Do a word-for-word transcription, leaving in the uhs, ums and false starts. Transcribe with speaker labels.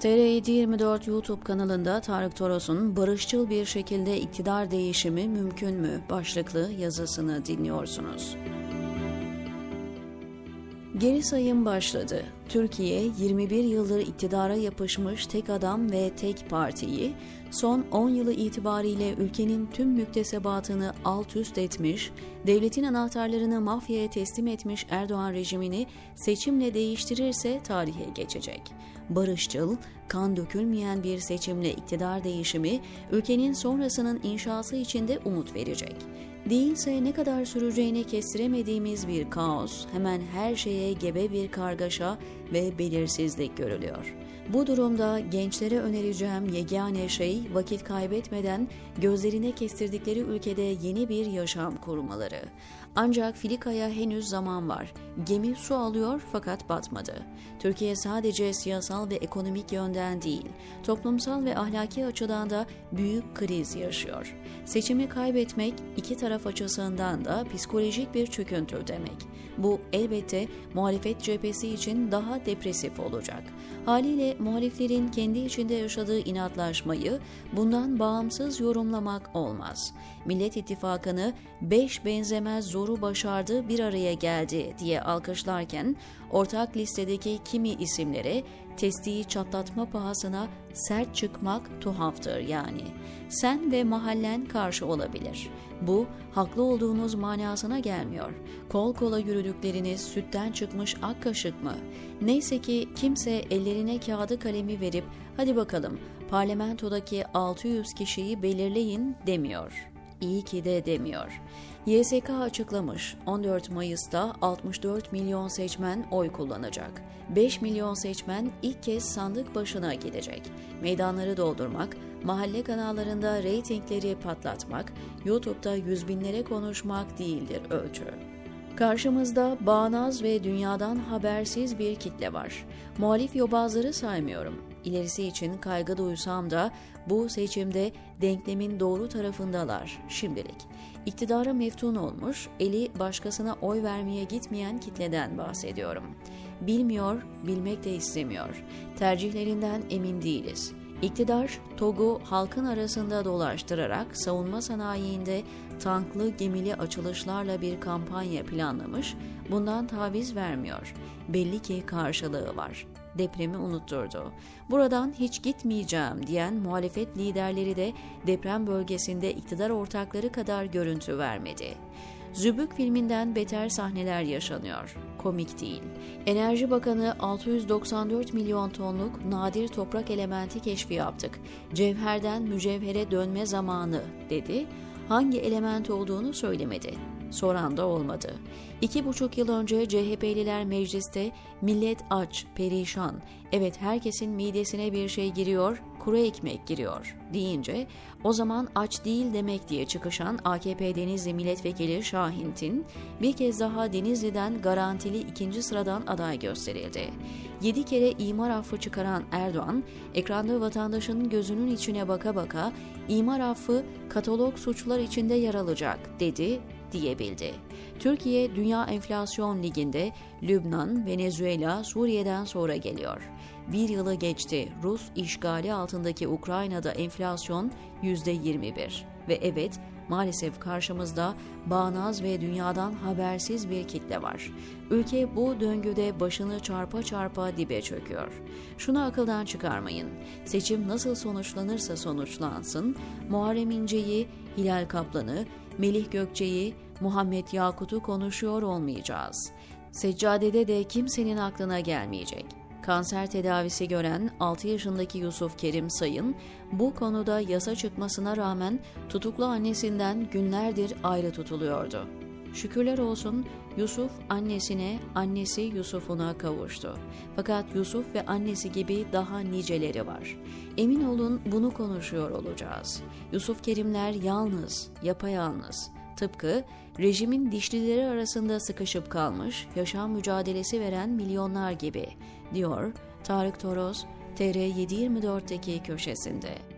Speaker 1: T R yedi yirmi dört YouTube kanalında Tarık Toros'un "Barışçıl bir şekilde iktidar değişimi mümkün mü?" başlıklı yazısını dinliyorsunuz. Geri sayım başladı. Türkiye, yirmi bir yıldır iktidara yapışmış tek adam ve tek partiyi, son on yılı itibariyle ülkenin tüm müktesebatını alt üst etmiş, devletin anahtarlarını mafyaya teslim etmiş Erdoğan rejimini seçimle değiştirirse tarihe geçecek. Barışçıl, kan dökülmeyen bir seçimle iktidar değişimi, ülkenin sonrasının inşası için de umut verecek. Değilse ne kadar süreceğini kestiremediğimiz bir kaos, hemen her şeye gebe bir kargaşa ve belirsizlik görülüyor. Bu durumda gençlere önereceğim yegane şey, vakit kaybetmeden gözlerine kestirdikleri ülkede yeni bir yaşam kurmaları. Ancak filikaya henüz zaman var. Gemi su alıyor fakat batmadı. Türkiye sadece siyasal ve ekonomik yönden değil, toplumsal ve ahlaki açıdan da büyük kriz yaşıyor. Seçimi kaybetmek iki taraf açısından da psikolojik bir çöküntü demek. Bu elbette muhalefet cephesi için daha depresif olacak. Haliyle muhaliflerin kendi içinde yaşadığı inatlaşmayı bundan bağımsız yorumlamak olmaz. Millet İttifakı'nı beş benzemez zoru başardı, bir araya geldi diye alkışlarken ortak listedeki kimi isimlere testiyi çatlatma pahasına sert çıkmak tuhaftır yani. Sen ve mahallen karşı olabilir. Bu, haklı olduğunuz manasına gelmiyor. Kol kola yürüdükleriniz sütten çıkmış ak kaşık mı? Neyse ki kimse ellerine kağıdı kalemi verip hadi bakalım parlamentodaki altı yüz kişiyi belirleyin demiyor. İyi ki de demiyor. Y S K açıklamış, on dört Mayıs'ta altmış dört milyon seçmen oy kullanacak. beş milyon seçmen ilk kez sandık başına gidecek. Meydanları doldurmak, mahalle kanallarında reytingleri patlatmak, YouTube'da yüz binlere konuşmak değildir ölçü. Karşımızda bağnaz ve dünyadan habersiz bir kitle var. Muhalif yobazları saymıyorum. İlerisi için kaygı duysam da bu seçimde denklemin doğru tarafındalar şimdilik. İktidara meftun olmuş, eli başkasına oy vermeye gitmeyen kitleden bahsediyorum. Bilmiyor, bilmek de istemiyor. Tercihlerinden emin değiliz. İktidar, TOG'u halkın arasında dolaştırarak savunma sanayiinde tanklı gemili açılışlarla bir kampanya planlamış, bundan taviz vermiyor. Belli ki karşılığı var. Depremi unutturdu. Buradan hiç gitmeyeceğim diyen muhalefet liderleri de deprem bölgesinde iktidar ortakları kadar görüntü vermedi. Zübük filminden beter sahneler yaşanıyor. Komik değil. Enerji Bakanı altı yüz doksan dört milyon tonluk nadir toprak elementi keşfi yaptık. Cevherden mücevhere dönme zamanı dedi. Hangi element olduğunu söylemedi. Soran da olmadı. İki buçuk yıl önce C H P'liler mecliste millet aç, perişan, evet herkesin midesine bir şey giriyor, kuru ekmek giriyor deyince o zaman aç değil demek diye çıkışan A K P Denizli Milletvekili Şahin Tin bir kez daha Denizli'den garantili ikinci sıradan aday gösterildi. Yedi kere imar affı çıkaran Erdoğan, ekranda vatandaşın gözünün içine baka baka imar affı katalog suçlar içinde yer alacak dedi diyebildi. Türkiye Dünya Enflasyon Ligi'nde Lübnan, Venezuela, Suriye'den sonra geliyor. Bir yılı geçti. Rus işgali altındaki Ukrayna'da enflasyon yüzde yirmi bir. Ve evet, maalesef karşımızda bağnaz ve dünyadan habersiz bir kitle var. Ülke bu döngüde başını çarpa çarpa dibe çöküyor. Şunu akıldan çıkarmayın. Seçim nasıl sonuçlanırsa sonuçlansın, Muharrem İnce'yi, Hilal Kaplan'ı, Melih Gökçe'yi, Muhammed Yakut'u konuşuyor olmayacağız. Seccadede de kimsenin aklına gelmeyecek. Kanser tedavisi gören altı yaşındaki Yusuf Kerim Sayın, bu konuda yasa çıkmasına rağmen tutuklu annesinden günlerdir ayrı tutuluyordu. Şükürler olsun Yusuf annesine, annesi Yusuf'una kavuştu. Fakat Yusuf ve annesi gibi daha niceleri var. Emin olun bunu konuşuyor olacağız. Yusuf Kerimler yalnız, yapayalnız. Tıpkı rejimin dişlileri arasında sıkışıp kalmış, yaşam mücadelesi veren milyonlar gibi, diyor Tarık Toros, T R yedi yirmi dörtteki köşesinde.